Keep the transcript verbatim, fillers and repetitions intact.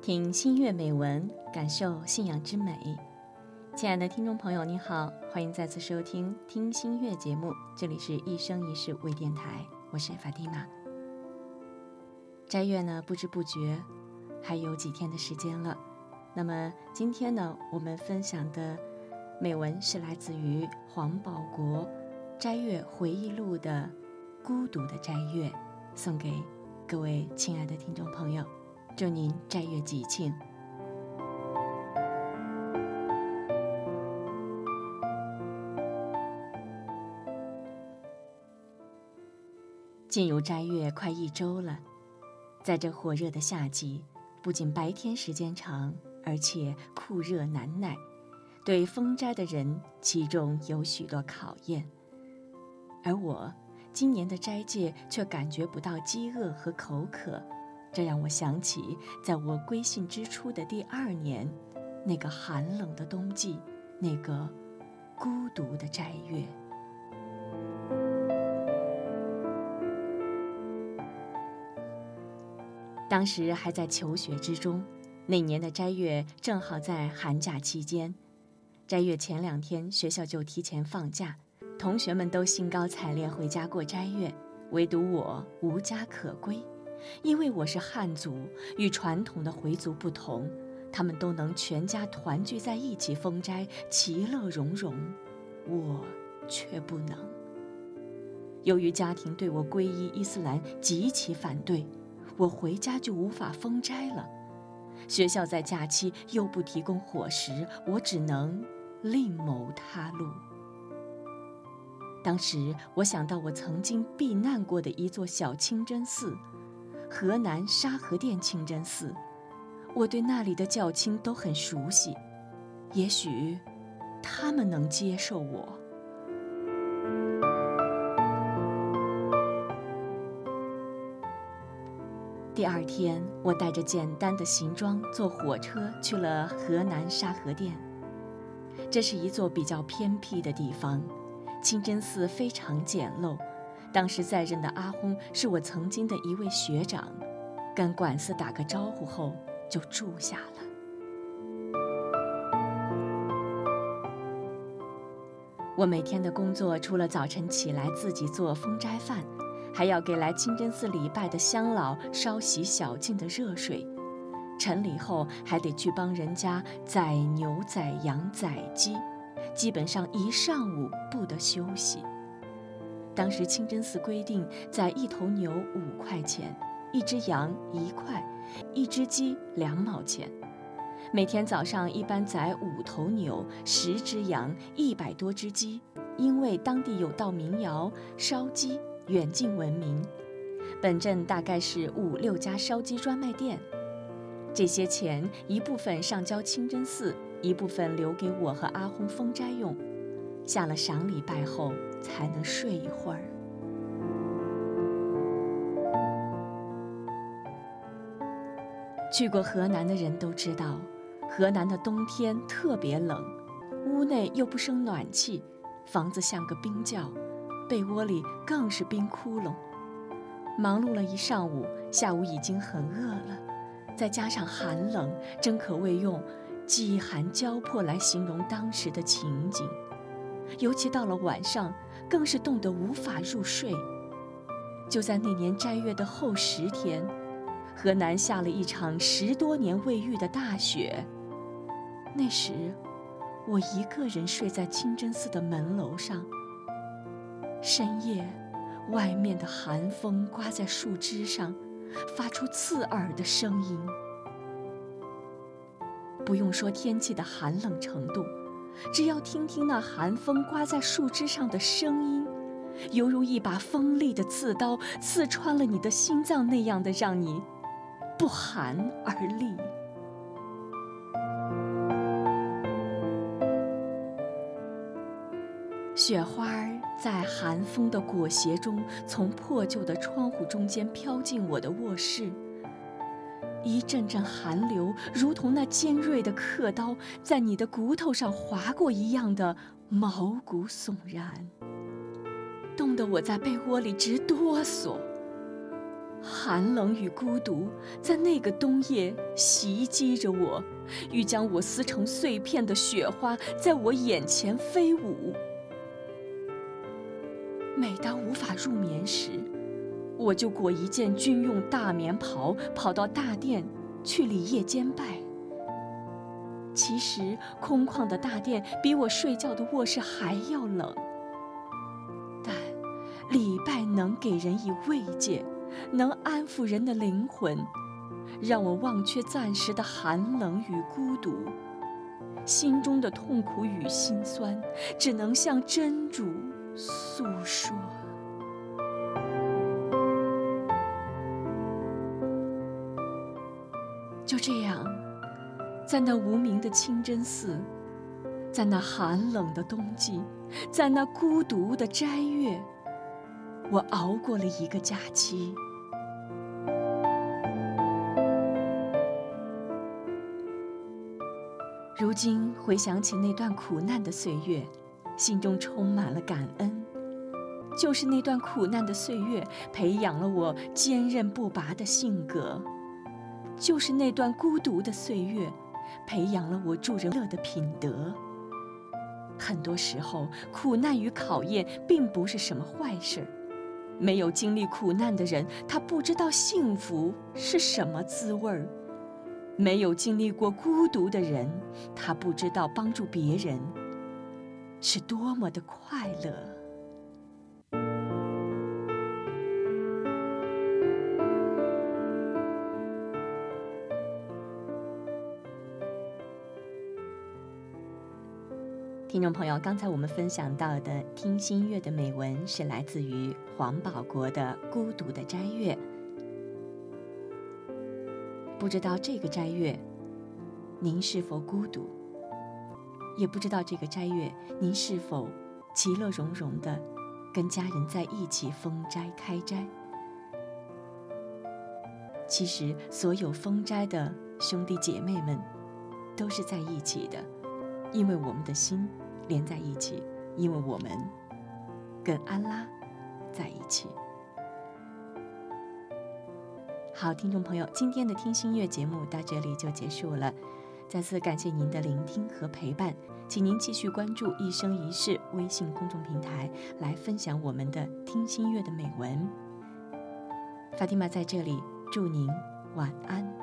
听心悦美文，感受信仰之美。亲爱的听众朋友，你好，欢迎再次收听听心悦节目，这里是一生一世微电台，我是法蒂玛。斋月呢，不知不觉还有几天的时间了。那么今天呢，我们分享的美文是来自于黄保国斋月回忆录的《孤独的斋月》，送给各位亲爱的听众朋友，祝您斋月吉庆。进入斋月快一周了，在这火热的夏季，不仅白天时间长，而且酷热难耐，对封斋的人其中有许多考验。而我今年的斋戒却感觉不到饥饿和口渴，这让我想起在我归信之初的第二年，那个寒冷的冬季，那个孤独的斋月。当时还在求学之中，那年的斋月正好在寒假期间。斋月前两天，学校就提前放假，同学们都兴高采烈回家过斋月，唯独我无家可归。因为我是汉族，与传统的回族不同，他们都能全家团聚在一起封斋，其乐融融，我却不能。由于家庭对我皈依伊斯兰极其反对，我回家就无法封斋了。学校在假期又不提供伙食，我只能另谋他路。当时我想到我曾经避难过的一座小清真寺，河南沙河店清真寺，我对那里的教亲都很熟悉，也许他们能接受我。第二天，我带着简单的行装坐火车去了河南沙河店。这是一座比较偏僻的地方，清真寺非常简陋。当时在任的阿訇是我曾经的一位学长，跟管事打个招呼后就住下了。我每天的工作除了早晨起来自己做封斋饭，还要给来清真寺礼拜的乡老烧洗小径的热水，晨礼后还得去帮人家宰牛宰羊宰鸡，基本上一上午不得休息。当时清真寺规定宰一头牛五块钱，一只羊一块，一只鸡两毛钱。每天早上一般宰五头牛，十只羊，一百多只鸡。因为当地有道民谣烧鸡远近闻名，本镇大概是五六家烧鸡专卖店。这些钱一部分上交清真寺，一部分留给我和阿訇封斋用。下了晌礼拜后才能睡一会儿。去过河南的人都知道，河南的冬天特别冷，屋内又不生暖气，房子像个冰窖，被窝里更是冰窟窿。忙碌了一上午，下午已经很饿了，再加上寒冷，真可谓用饥寒交迫来形容当时的情景。尤其到了晚上，更是冻得无法入睡。就在那年斋月的后十天，河南下了一场十多年未遇的大雪。那时我一个人睡在清真寺的门楼上，深夜外面的寒风刮在树枝上，发出刺耳的声音。不用说天气的寒冷程度，只要听听那寒风刮在树枝上的声音，犹如一把锋利的刺刀刺穿了你的心脏那样的，让你不寒而栗。雪花在寒风的裹挟中，从破旧的窗户中间飘进我的卧室。一阵阵寒流如同那尖锐的刻刀在你的骨头上划过一样的毛骨悚然，冻得我在被窝里直哆嗦。 寒冷与孤独在那个冬夜袭击着我，欲将我撕成碎片的雪花在我眼前飞舞。每当无法入眠时，我就裹一件军用大棉袍，跑到大殿去礼夜间拜。其实空旷的大殿比我睡觉的卧室还要冷，但礼拜能给人以慰藉，能安抚人的灵魂，让我忘却暂时的寒冷与孤独，心中的痛苦与心酸只能向真主诉说。就这样，在那无名的清真寺，在那寒冷的冬季，在那孤独的斋月，我熬过了一个假期。如今回想起那段苦难的岁月，心中充满了感恩。就是那段苦难的岁月，培养了我坚韧不拔的性格；就是那段孤独的岁月，培养了我助人乐的品德。很多时候，苦难与考验并不是什么坏事。没有经历苦难的人，他不知道幸福是什么滋味儿；没有经历过孤独的人，他不知道帮助别人是多么的快乐。听众朋友，刚才我们分享到的听心悦的美文是来自于黄保国的《孤独的斋月》。不知道这个斋月您是否孤独，也不知道这个斋月您是否其乐融融的跟家人在一起封斋开斋。其实所有封斋的兄弟姐妹们都是在一起的，因为我们的心连在一起，因为我们跟安拉在一起。好，听众朋友，今天的听心悦节目到这里就结束了，再次感谢您的聆听和陪伴，请您继续关注一生一世微信公众平台，来分享我们的听心悦的美文。法蒂玛在这里祝您晚安。